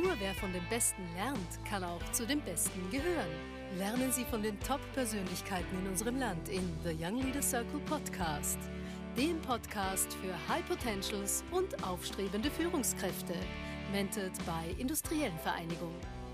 Nur wer von den Besten lernt, kann auch zu den Besten gehören. Lernen Sie von den Top-Persönlichkeiten in unserem Land in The Young Leaders Circle Podcast. Dem Podcast für High Potentials und aufstrebende Führungskräfte. Mentored bei Industriellen Vereinigung.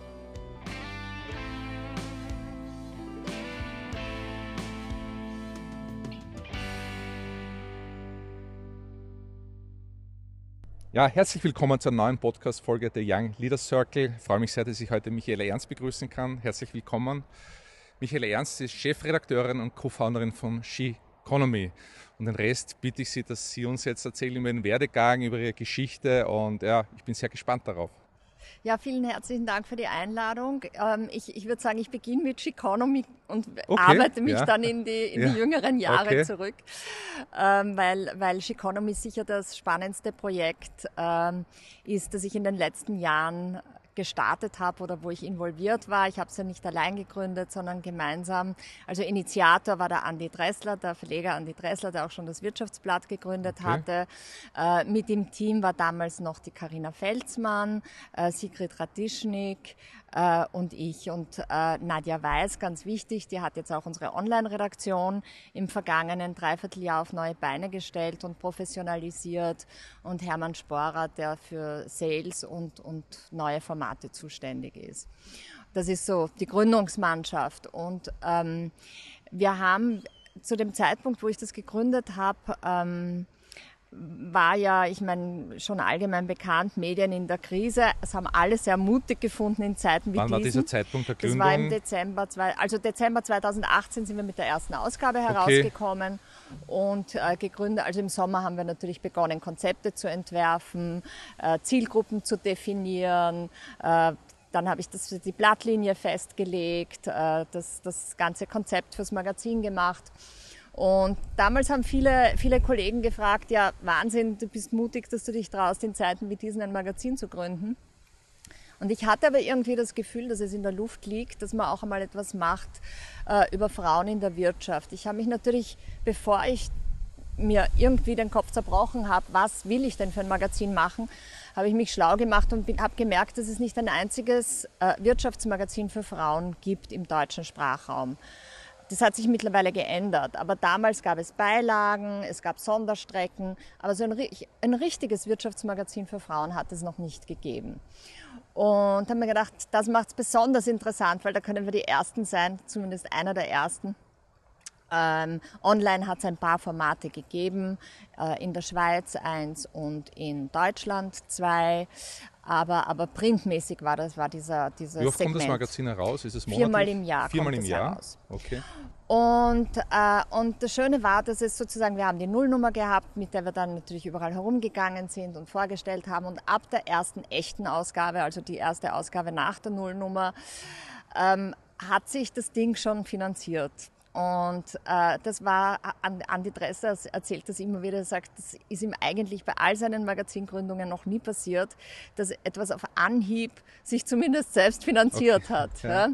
Ja, herzlich willkommen zur neuen Podcast-Folge der Young Leaders Circle. Ich freue mich sehr, dass ich heute Michaela Ernst begrüßen kann. Herzlich willkommen. Michaela Ernst ist Chefredakteurin und Co-Founderin von Sheconomy. Und den Rest bitte ich Sie, dass Sie uns jetzt erzählen über Ihren Werdegang, über Ihre Geschichte. Und ja, ich bin sehr gespannt darauf. Ja, vielen herzlichen Dank für die Einladung. Ich würde sagen, ich beginne mit Sheconomy und arbeite mich dann in die jüngeren Jahre zurück, weil Sheconomy sicher das spannendste Projekt ist, das ich in den letzten Jahren gestartet habe oder wo ich involviert war. Ich habe es ja nicht allein gegründet, sondern gemeinsam. Also Initiator war der Andi Dressler, der Verleger Andi Dressler, der auch schon das Wirtschaftsblatt gegründet hatte. Mit dem Team war damals noch die Carina Felsmann, Sigrid Ratischnik und ich. Und Nadja Weiß, ganz wichtig, die hat jetzt auch unsere Online-Redaktion im vergangenen Dreivierteljahr auf neue Beine gestellt und professionalisiert. Und Hermann Sporer, der für Sales und neue Formate zuständig ist. Das ist so die Gründungsmannschaft. Und wir haben zu dem Zeitpunkt, wo ich das gegründet habe, war ja, ich meine, schon allgemein bekannt, Medien in der Krise. Es haben alle sehr mutig gefunden in Zeiten wie diesen. Wann war dieser Zeitpunkt der Gründung? Das war im Dezember 2018 sind wir mit der ersten Ausgabe herausgekommen und gegründet. Also im Sommer haben wir natürlich begonnen, Konzepte zu entwerfen, Zielgruppen zu definieren. Dann habe ich die Blattlinie festgelegt, das ganze Konzept fürs Magazin gemacht. Und damals haben viele Kollegen gefragt, ja Wahnsinn, du bist mutig, dass du dich traust, in Zeiten wie diesen ein Magazin zu gründen. Und ich hatte aber irgendwie das Gefühl, dass es in der Luft liegt, dass man auch einmal etwas macht über Frauen in der Wirtschaft. Ich habe mich natürlich, bevor ich mir irgendwie den Kopf zerbrochen habe, was will ich denn für ein Magazin machen, habe ich mich schlau gemacht und habe gemerkt, dass es nicht ein einziges Wirtschaftsmagazin für Frauen gibt im deutschen Sprachraum. Das hat sich mittlerweile geändert, aber damals gab es Beilagen, es gab Sonderstrecken, aber so ein richtiges Wirtschaftsmagazin für Frauen hat es noch nicht gegeben. Und haben mir gedacht, das macht es besonders interessant, weil da können wir die Ersten sein, zumindest einer der Ersten. Online hat es ein paar Formate gegeben, in der Schweiz 1 und in Deutschland 2. Aber printmäßig war dieses Segment. Wie oft kommt das Magazin heraus? Ist es monatlich? Viermal im Jahr kommt es heraus. Okay. Und das Schöne war, dass es sozusagen, wir haben die Nullnummer gehabt, mit der wir dann natürlich überall herumgegangen sind und vorgestellt haben. Und ab der ersten echten Ausgabe, also die erste Ausgabe nach der Nullnummer, hat sich das Ding schon finanziert. Und das war, Andi Dressler erzählt das immer wieder, er sagt, das ist ihm eigentlich bei all seinen Magazingründungen noch nie passiert, dass etwas auf Anhieb sich zumindest selbst finanziert hat. Ja.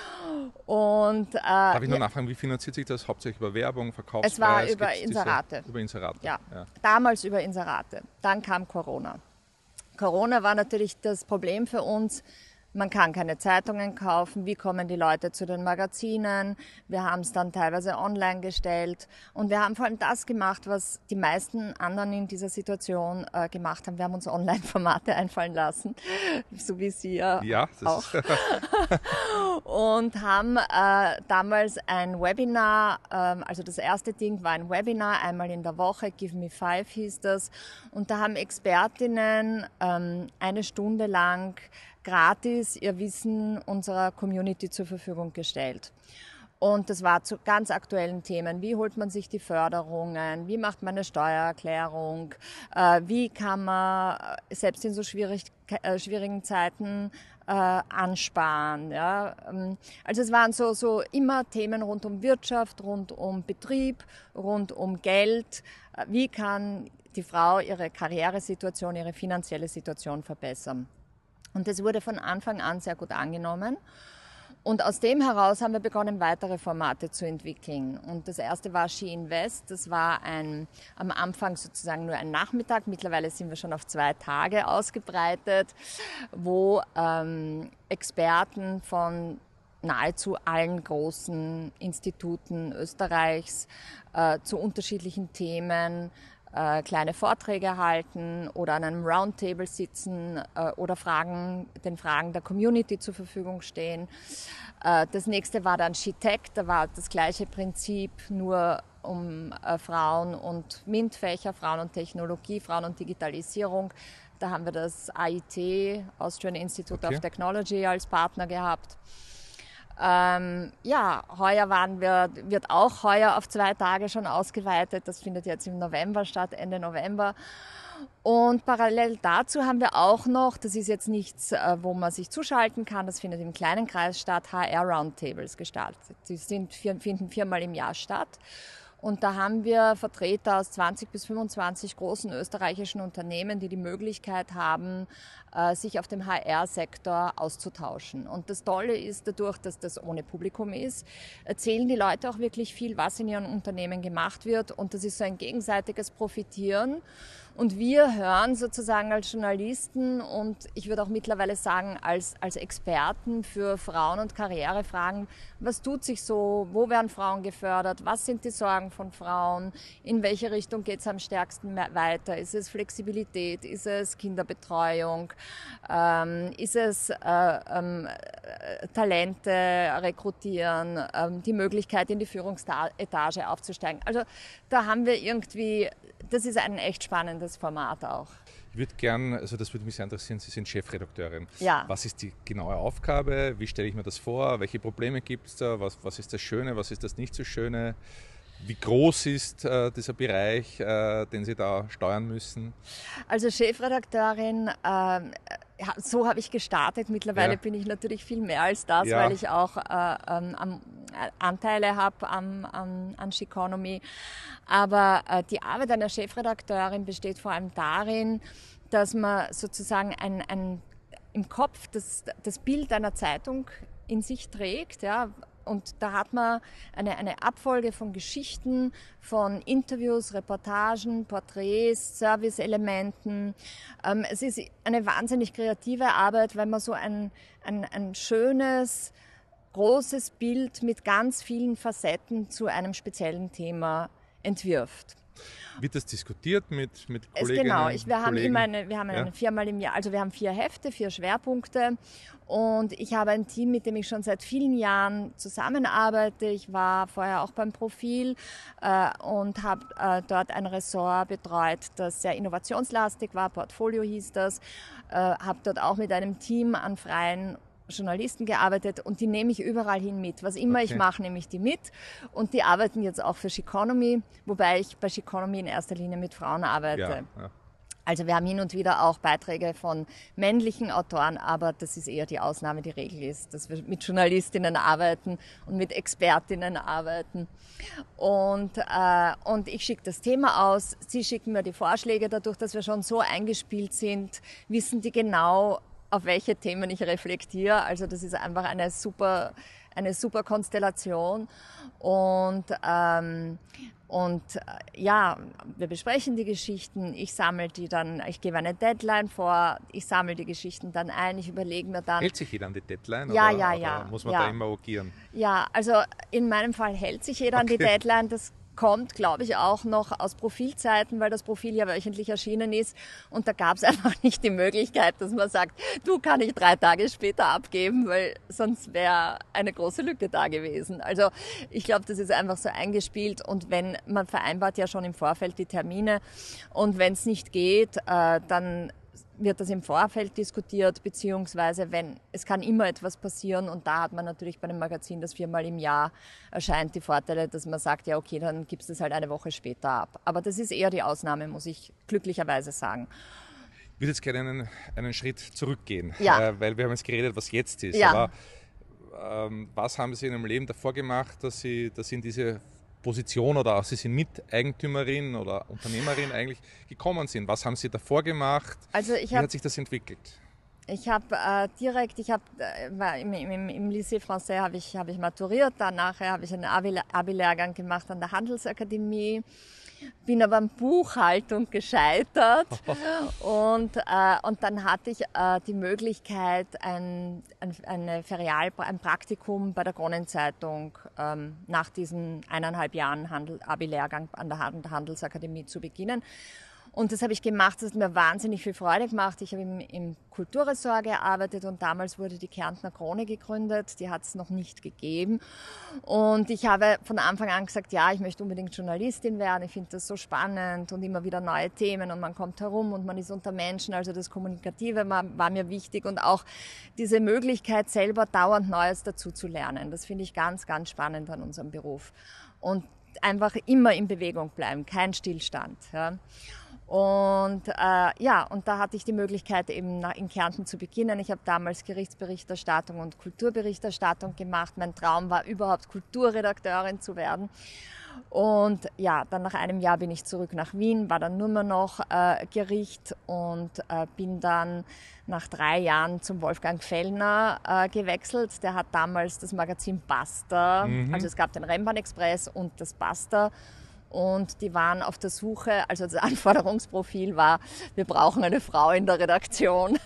Und, darf ich nur nachfragen, wie finanziert sich das? Hauptsächlich über Werbung, Verkaufspreis? Es war über Inserate. Über Inserate? Ja, damals über Inserate. Dann kam Corona. Corona war natürlich das Problem für uns. Man kann keine Zeitungen kaufen. Wie kommen die Leute zu den Magazinen? Wir haben es dann teilweise online gestellt. Und wir haben vor allem das gemacht, was die meisten anderen in dieser Situation gemacht haben. Wir haben uns Online-Formate einfallen lassen, so wie Sie ja auch. Und haben damals ein Webinar, also das erste Ding war ein Webinar, einmal in der Woche, Give Me 5 hieß das. Und da haben Expertinnen eine Stunde lang gratis ihr Wissen unserer Community zur Verfügung gestellt. Und das war zu ganz aktuellen Themen. Wie holt man sich die Förderungen? Wie macht man eine Steuererklärung? Wie kann man selbst in so schwierigen Zeiten ansparen? Ja? Also es waren so immer Themen rund um Wirtschaft, rund um Betrieb, rund um Geld. Wie kann die Frau ihre Karrieresituation, ihre finanzielle Situation verbessern? Und das wurde von Anfang an sehr gut angenommen. Und aus dem heraus haben wir begonnen, weitere Formate zu entwickeln. Und das erste war She Invest. Das war am Anfang sozusagen nur ein Nachmittag. Mittlerweile sind wir schon auf 2 Tage ausgebreitet, wo Experten von nahezu allen großen Instituten Österreichs zu unterschiedlichen Themen kleine Vorträge halten oder an einem Roundtable sitzen oder den Fragen der Community zur Verfügung stehen. Das nächste war dann SheTech, da war das gleiche Prinzip, nur um Frauen und MINT-Fächer, Frauen und Technologie, Frauen und Digitalisierung. Da haben wir das AIT, Austrian Institute of Technology, als Partner gehabt. Heuer wird auch heuer auf 2 Tage schon ausgeweitet. Das findet jetzt im November statt, Ende November. Und parallel dazu haben wir auch noch, das ist jetzt nichts, wo man sich zuschalten kann, das findet im kleinen Kreis statt, HR-Roundtables gestartet. Die finden 4-mal im Jahr statt. Und da haben wir Vertreter aus 20 bis 25 großen österreichischen Unternehmen, die die Möglichkeit haben, sich auf dem HR-Sektor auszutauschen. Und das Tolle ist, dadurch, dass das ohne Publikum ist, erzählen die Leute auch wirklich viel, was in ihren Unternehmen gemacht wird. Und das ist so ein gegenseitiges Profitieren. Und wir hören sozusagen als Journalisten und ich würde auch mittlerweile sagen als Experten für Frauen- und Karrierefragen, was tut sich so, wo werden Frauen gefördert, was sind die Sorgen von Frauen, in welche Richtung geht es am stärksten weiter, ist es Flexibilität, ist es Kinderbetreuung, ist es Talente rekrutieren, die Möglichkeit in die Führungsetage aufzusteigen. Also da haben wir irgendwie, das ist ein echt spannendes Format auch. Ich würde gern, also das würde mich sehr interessieren, Sie sind Chefredakteurin. Ja. Was ist die genaue Aufgabe? Wie stelle ich mir das vor? Welche Probleme gibt es da? Was ist das Schöne? Was ist das nicht so Schöne? Wie groß ist dieser Bereich, den Sie da steuern müssen? Also Chefredakteurin, so habe ich gestartet. Mittlerweile bin ich natürlich viel mehr als das, weil ich auch Anteile habe an Sheconomy. Aber die Arbeit einer Chefredakteurin besteht vor allem darin, dass man sozusagen im Kopf das Bild einer Zeitung in sich trägt, ja. Und da hat man eine Abfolge von Geschichten, von Interviews, Reportagen, Porträts, Serviceelementen. Es ist eine wahnsinnig kreative Arbeit, weil man so ein schönes, großes Bild mit ganz vielen Facetten zu einem speziellen Thema entwirft. Wird das diskutiert mit Kolleginnen? Genau, wir haben 4-mal im Jahr, also wir haben 4 Hefte, 4 Schwerpunkte und ich habe ein Team, mit dem ich schon seit vielen Jahren zusammenarbeite. Ich war vorher auch beim Profil und habe dort ein Ressort betreut, das sehr innovationslastig war, Portfolio hieß das, habe dort auch mit einem Team an freien Journalisten gearbeitet und die nehme ich überall hin mit. Was immer ich mache, nehme ich die mit und die arbeiten jetzt auch für Sheconomy, wobei ich bei Sheconomy in erster Linie mit Frauen arbeite. Ja. Also wir haben hin und wieder auch Beiträge von männlichen Autoren, aber das ist eher die Ausnahme. Die Regel ist, dass wir mit Journalistinnen arbeiten und mit Expertinnen arbeiten. Und ich schicke das Thema aus, sie schicken mir die Vorschläge. Dadurch, dass wir schon so eingespielt sind, wissen die genau, auf welche Themen ich reflektiere. Also das ist einfach eine super Konstellation. Und wir besprechen die Geschichten, ich sammle die dann, ich gebe eine Deadline vor, ich sammle die Geschichten dann ein, ich überlege mir dann... Hält sich jeder an die Deadline oder muss man da immer agieren? Ja, also in meinem Fall hält sich jeder an die Deadline, das kommt, glaube ich, auch noch aus Profilzeiten, weil das Profil ja wöchentlich erschienen ist und da gab es einfach nicht die Möglichkeit, dass man sagt, du kann ich 3 Tage später abgeben, weil sonst wäre eine große Lücke da gewesen. Also ich glaube, das ist einfach so eingespielt und wenn man vereinbart ja schon im Vorfeld die Termine und wenn es nicht geht, dann wird das im Vorfeld diskutiert, beziehungsweise es kann immer etwas passieren und da hat man natürlich bei einem Magazin, das 4-mal im Jahr erscheint, die Vorteile, dass man sagt, ja okay, dann gibst du es halt eine Woche später ab. Aber das ist eher die Ausnahme, muss ich glücklicherweise sagen. Ich würde jetzt gerne einen Schritt zurückgehen, weil wir haben jetzt geredet, was jetzt ist. Ja. Aber was haben Sie in Ihrem Leben davor gemacht, dass Sie in diese Position oder auch Sie sind Miteigentümerin oder Unternehmerin eigentlich gekommen sind? Was haben Sie davor gemacht? Also wie hat sich das entwickelt? Ich habe im Lycée Français habe ich maturiert, danach habe ich einen Abi-Lehrgang gemacht an der Handelsakademie, bin aber an Buchhaltung gescheitert und dann hatte ich die Möglichkeit, ein Praktikum bei der Kronenzeitung nach diesen 1,5 Jahren Abi-Lehrgang an der Handelsakademie zu beginnen. Und das habe ich gemacht, das hat mir wahnsinnig viel Freude gemacht. Ich habe im Kulturressort gearbeitet und damals wurde die Kärntner Krone gegründet. Die hat es noch nicht gegeben. Und ich habe von Anfang an gesagt, ja, ich möchte unbedingt Journalistin werden. Ich finde das so spannend und immer wieder neue Themen und man kommt herum und man ist unter Menschen. Also das Kommunikative war mir wichtig und auch diese Möglichkeit, selber dauernd Neues dazu zu lernen. Das finde ich ganz, ganz spannend an unserem Beruf. Und einfach immer in Bewegung bleiben, kein Stillstand. Ja. Und und da hatte ich die Möglichkeit, eben in Kärnten zu beginnen. Ich habe damals Gerichtsberichterstattung und Kulturberichterstattung gemacht. Mein Traum war überhaupt Kulturredakteurin zu werden. Und ja, dann nach einem Jahr bin ich zurück nach Wien, war dann nur mehr noch Gericht und bin dann nach 3 Jahren zum Wolfgang Fellner gewechselt. Der hat damals das Magazin Basta, also es gab den Rennbahn-Express und das Basta. Und die waren auf der Suche, also das Anforderungsprofil war, wir brauchen eine Frau in der Redaktion.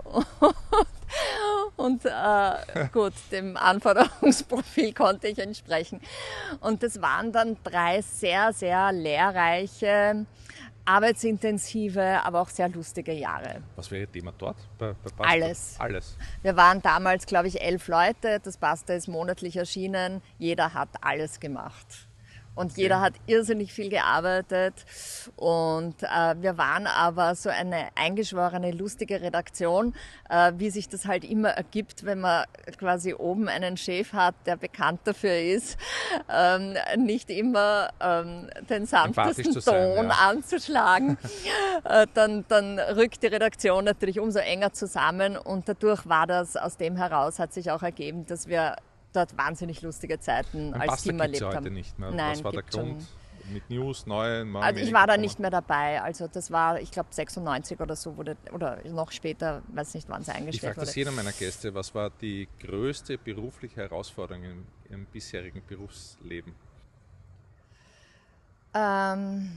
Und gut, dem Anforderungsprofil konnte ich entsprechen. Und das waren dann 3 sehr, sehr lehrreiche, arbeitsintensive, aber auch sehr lustige Jahre. Was wäre Ihr Thema dort? Bei Basta? Alles. Wir waren damals, glaube ich, 11 Leute. Das Basta ist monatlich erschienen. Jeder hat alles gemacht. Und jeder hat irrsinnig viel gearbeitet und wir waren aber so eine eingeschworene, lustige Redaktion, wie sich das halt immer ergibt, wenn man quasi oben einen Chef hat, der bekannt dafür ist, nicht immer den sanftesten Ton anzuschlagen. Dann rückt die Redaktion natürlich umso enger zusammen und dadurch war das, aus dem heraus hat sich auch ergeben, dass wir dort wahnsinnig lustige Zeiten als Team erlebt haben. Heute nicht mehr. Nein, was war der Grund? Mit News, neue Also ich war da nicht mehr dabei. Also das war, ich glaube 96 oder so oder noch später, weiß nicht, wann es eingestellt wurde. Ich frage das jeder meiner Gäste, was war die größte berufliche Herausforderung im bisherigen Berufsleben? Das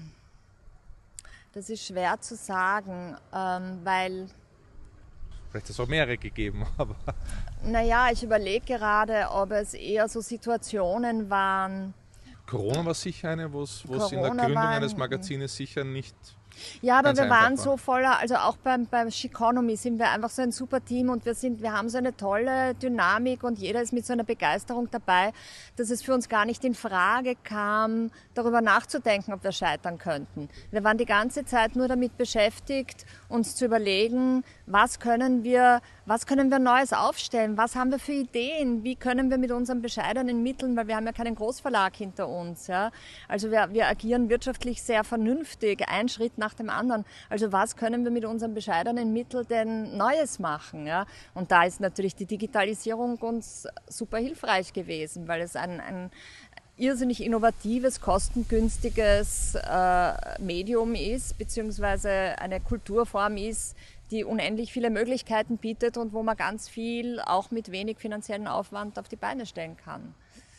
ist schwer zu sagen, weil... Vielleicht hat es auch mehrere gegeben, aber... Naja, ich überlege gerade, ob es eher so Situationen waren... Corona war sicher eine, wo es in der Gründung eines Magazines sicher nicht... Ja, aber wir waren so voller, also auch beim Chiconomy sind wir einfach so ein super Team und wir haben so eine tolle Dynamik und jeder ist mit so einer Begeisterung dabei, dass es für uns gar nicht in Frage kam, darüber nachzudenken, ob wir scheitern könnten. Wir waren die ganze Zeit nur damit beschäftigt, uns zu überlegen, was können wir Neues aufstellen, was haben wir für Ideen, wie können wir mit unseren bescheidenen Mitteln, weil wir haben ja keinen Großverlag hinter uns, ja. Also wir agieren wirtschaftlich sehr vernünftig, ein Schritt nach dem anderen. Also was können wir mit unseren bescheidenen Mitteln denn Neues machen? Ja? Und da ist natürlich die Digitalisierung uns super hilfreich gewesen, weil es ein irrsinnig innovatives, kostengünstiges Medium ist, beziehungsweise eine Kulturform ist, die unendlich viele Möglichkeiten bietet und wo man ganz viel auch mit wenig finanziellen Aufwand auf die Beine stellen kann.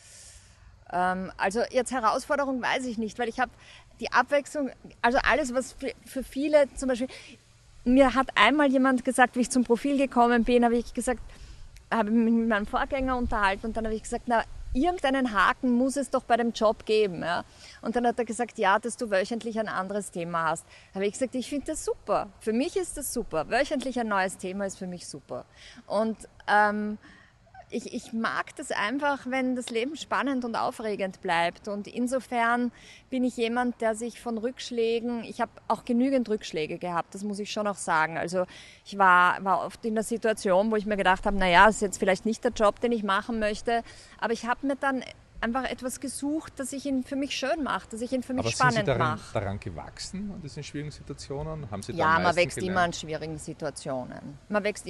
Also jetzt Herausforderung weiß ich nicht, weil ich habe die Abwechslung, also alles, was für viele zum Beispiel, mir hat einmal jemand gesagt, wie ich zum Profil gekommen bin, habe ich mich mit meinem Vorgänger unterhalten und dann habe ich gesagt, na, irgendeinen Haken muss es doch bei dem Job geben. Ja? Und dann hat er gesagt, ja, dass du wöchentlich ein anderes Thema hast. Da habe ich gesagt, ich finde das super. Für mich ist das super. Wöchentlich ein neues Thema ist für mich super. Und ich mag das einfach, wenn das Leben spannend und aufregend bleibt. Und insofern bin ich jemand, der sich von Rückschlägen, ich habe auch genügend Rückschläge gehabt, das muss ich schon auch sagen. Also ich war oft in der Situation, wo ich mir gedacht habe, naja, das ist jetzt vielleicht nicht der Job, den ich machen möchte, aber ich habe mir dann einfach etwas gesucht, das ich ihn für mich schön mache, das ich ihn für mich spannend mache. Aber sind Sie daran gewachsen, an diesen schwierigen Situationen? Haben Sie da ja, man wächst immer an schwierigen Situationen.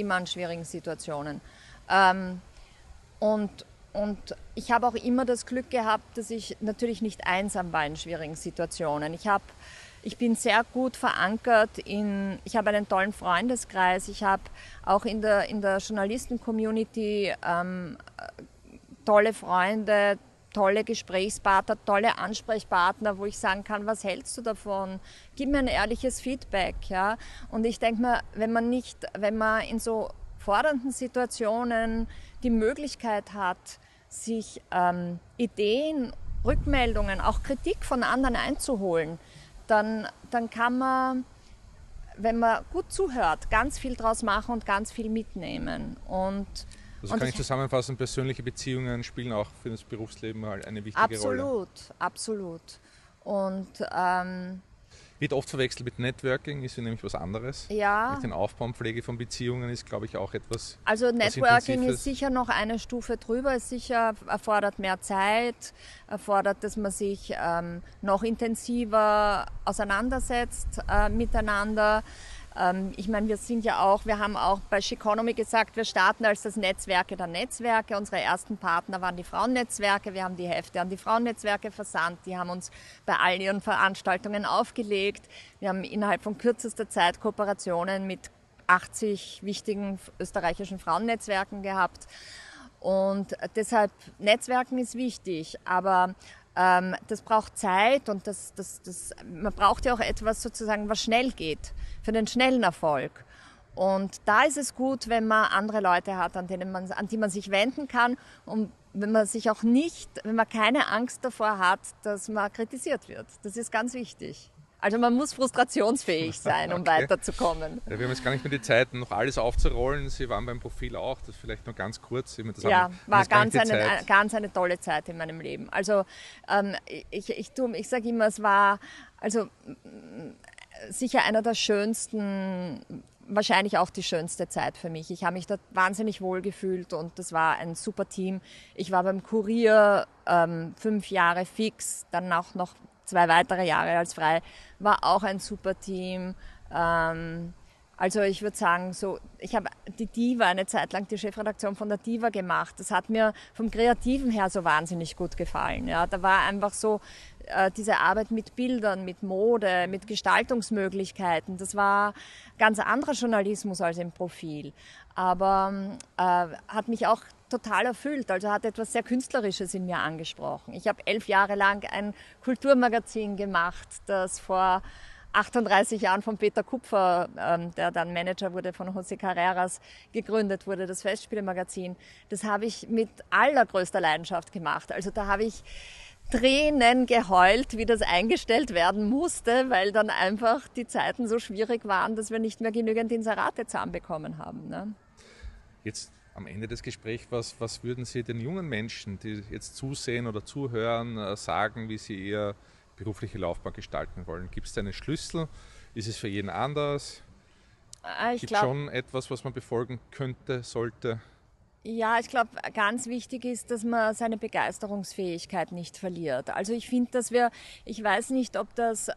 Und ich habe auch immer das Glück gehabt, dass ich natürlich nicht einsam war in schwierigen Situationen. Ich Ich bin sehr gut verankert ich habe einen tollen Freundeskreis, ich habe auch in der Journalisten-Community tolle Freunde, tolle Gesprächspartner, tolle Ansprechpartner, wo ich sagen kann, was hältst du davon? Gib mir ein ehrliches Feedback. Ja? Und ich denke mir, wenn man in so fordernden Situationen die Möglichkeit hat, sich Ideen, Rückmeldungen, auch Kritik von anderen einzuholen, dann kann man, wenn man gut zuhört, ganz viel draus machen und ganz viel mitnehmen. Also kann ich zusammenfassen, persönliche Beziehungen spielen auch für das Berufsleben eine wichtige Rolle. Absolut. Und wird oft verwechselt mit Networking, ist ja nämlich was anderes. Ja. Mit den Aufbau und Pflege von Beziehungen ist, glaube ich, auch etwas. Also Networking ist sicher noch eine Stufe drüber, ist sicher erfordert mehr Zeit, erfordert, dass man sich noch intensiver auseinandersetzt miteinander. Ich meine, wir haben auch bei Sheconomy gesagt, wir starten als das Netzwerke der Netzwerke. Unsere ersten Partner waren die Frauennetzwerke. Wir haben die Hefte an die Frauennetzwerke versandt. Die haben uns bei all ihren Veranstaltungen aufgelegt. Wir haben innerhalb von kürzester Zeit Kooperationen mit 80 wichtigen österreichischen Frauennetzwerken gehabt. Und deshalb, Netzwerken ist wichtig, aber das braucht Zeit und man braucht ja auch etwas sozusagen, was schnell geht, für den schnellen Erfolg. Und da ist es gut, wenn man andere Leute hat, an die man sich wenden kann und wenn man keine Angst davor hat, dass man kritisiert wird. Das ist ganz wichtig. Also man muss frustrationsfähig sein, um weiterzukommen. Ja, wir haben jetzt gar nicht mehr die Zeit, noch alles aufzurollen. Sie waren beim Profil auch, das vielleicht nur ganz kurz. War ganz eine tolle Zeit in meinem Leben. Also ich sage immer, es war sicher einer der schönsten, wahrscheinlich auch die schönste Zeit für mich. Ich habe mich da wahnsinnig wohl gefühlt und das war ein super Team. Ich war beim Kurier 5 Jahre fix, dann auch noch 2 weitere Jahre als frei, war auch ein super Team. Also ich würde sagen, ich habe die Diva eine Zeit lang die Chefredaktion von der Diva gemacht. Das hat mir vom Kreativen her so wahnsinnig gut gefallen. Ja, da war einfach so diese Arbeit mit Bildern, mit Mode, mit Gestaltungsmöglichkeiten. Das war ganz anderer Journalismus als im Profil. Aber hat mich auch total erfüllt, also hat etwas sehr Künstlerisches in mir angesprochen. Ich habe 11 Jahre lang ein Kulturmagazin gemacht, das vor 38 Jahren von Peter Kupfer, der dann Manager wurde von José Carreras, gegründet wurde, das Festspielemagazin. Das habe ich mit allergrößter Leidenschaft gemacht. Also da habe ich Tränen geheult, wie das eingestellt werden musste, weil dann einfach die Zeiten so schwierig waren, dass wir nicht mehr genügend Inserate zusammenbekommen haben. Ne? Jetzt am Ende des Gesprächs, was würden Sie den jungen Menschen, die jetzt zusehen oder zuhören, sagen, wie sie ihre berufliche Laufbahn gestalten wollen? Gibt es da einen Schlüssel? Ist es für jeden anders? Gibt es schon etwas, was man befolgen könnte, sollte? Ja, ich glaube, ganz wichtig ist, dass man seine Begeisterungsfähigkeit nicht verliert. Also ich finde, ich weiß nicht, ob das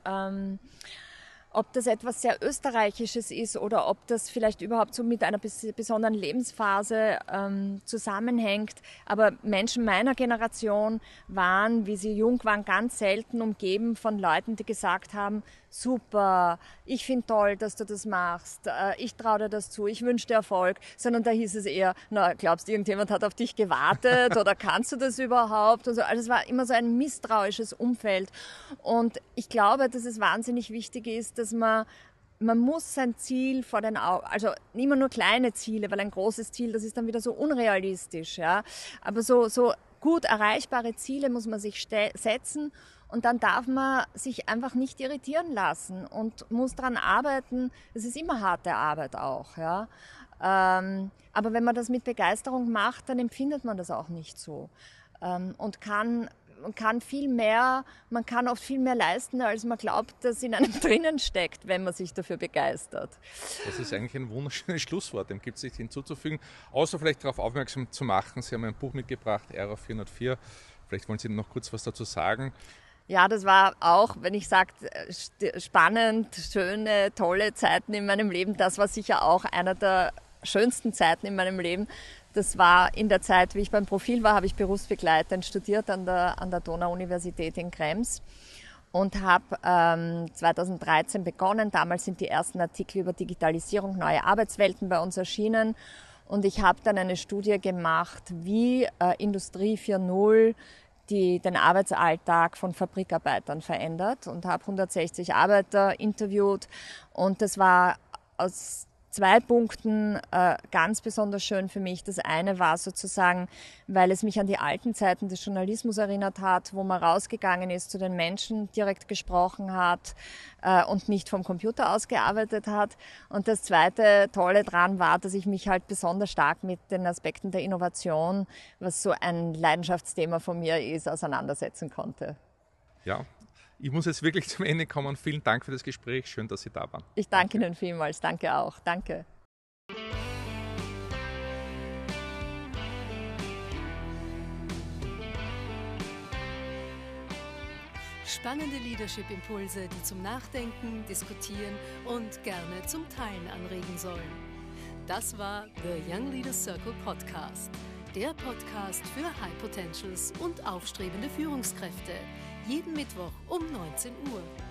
etwas sehr Österreichisches ist oder ob das vielleicht überhaupt so mit einer besonderen Lebensphase zusammenhängt. Aber Menschen meiner Generation waren, wie sie jung waren, ganz selten umgeben von Leuten, die gesagt haben, super, ich finde toll, dass du das machst, ich traue dir das zu, ich wünsche dir Erfolg, sondern da hieß es eher, na, glaubst du, irgendjemand hat auf dich gewartet oder kannst du das überhaupt? Und so. Also es war immer so ein misstrauisches Umfeld und ich glaube, dass es wahnsinnig wichtig ist, dass man muss sein Ziel vor den Augen, also immer nur kleine Ziele, weil ein großes Ziel, das ist dann wieder so unrealistisch, ja, aber so gut erreichbare Ziele muss man sich setzen. Und dann darf man sich einfach nicht irritieren lassen und muss daran arbeiten. Es ist immer harte Arbeit auch. Ja. Aber wenn man das mit Begeisterung macht, dann empfindet man das auch nicht so. Und kann viel mehr, man kann oft viel mehr leisten, als man glaubt, dass in einem drinnen steckt, wenn man sich dafür begeistert. Das ist eigentlich ein wunderschönes Schlusswort, dem gibt es nichts hinzuzufügen. Außer vielleicht darauf aufmerksam zu machen, Sie haben ein Buch mitgebracht, Error 404. Vielleicht wollen Sie noch kurz was dazu sagen. Ja, das war auch, wenn ich sage, spannend, schöne, tolle Zeiten in meinem Leben. Das war sicher auch einer der schönsten Zeiten in meinem Leben. Das war in der Zeit, wie ich beim Profil war, habe ich berufsbegleitend studiert an der Donau-Universität in Krems. und habe 2013 begonnen. Damals sind die ersten Artikel über Digitalisierung, neue Arbeitswelten bei uns erschienen. Und ich habe dann eine Studie gemacht, wie Industrie 4.0 den Arbeitsalltag von Fabrikarbeitern verändert und habe 160 Arbeiter interviewt. Und das war aus 2 Punkten ganz besonders schön für mich. Das eine war sozusagen, weil es mich an die alten Zeiten des Journalismus erinnert hat, wo man rausgegangen ist, zu den Menschen direkt gesprochen hat und nicht vom Computer aus gearbeitet hat. Und das zweite Tolle dran war, dass ich mich halt besonders stark mit den Aspekten der Innovation, was so ein Leidenschaftsthema von mir ist, auseinandersetzen konnte. Ja. Ich muss jetzt wirklich zum Ende kommen. Vielen Dank für das Gespräch. Schön, dass Sie da waren. Ich danke Ihnen vielmals. Danke auch. Danke. Spannende Leadership-Impulse, die zum Nachdenken, Diskutieren und gerne zum Teilen anregen sollen. Das war The Young Leaders Circle Podcast. Der Podcast für High Potentials und aufstrebende Führungskräfte. Jeden Mittwoch um 19 Uhr.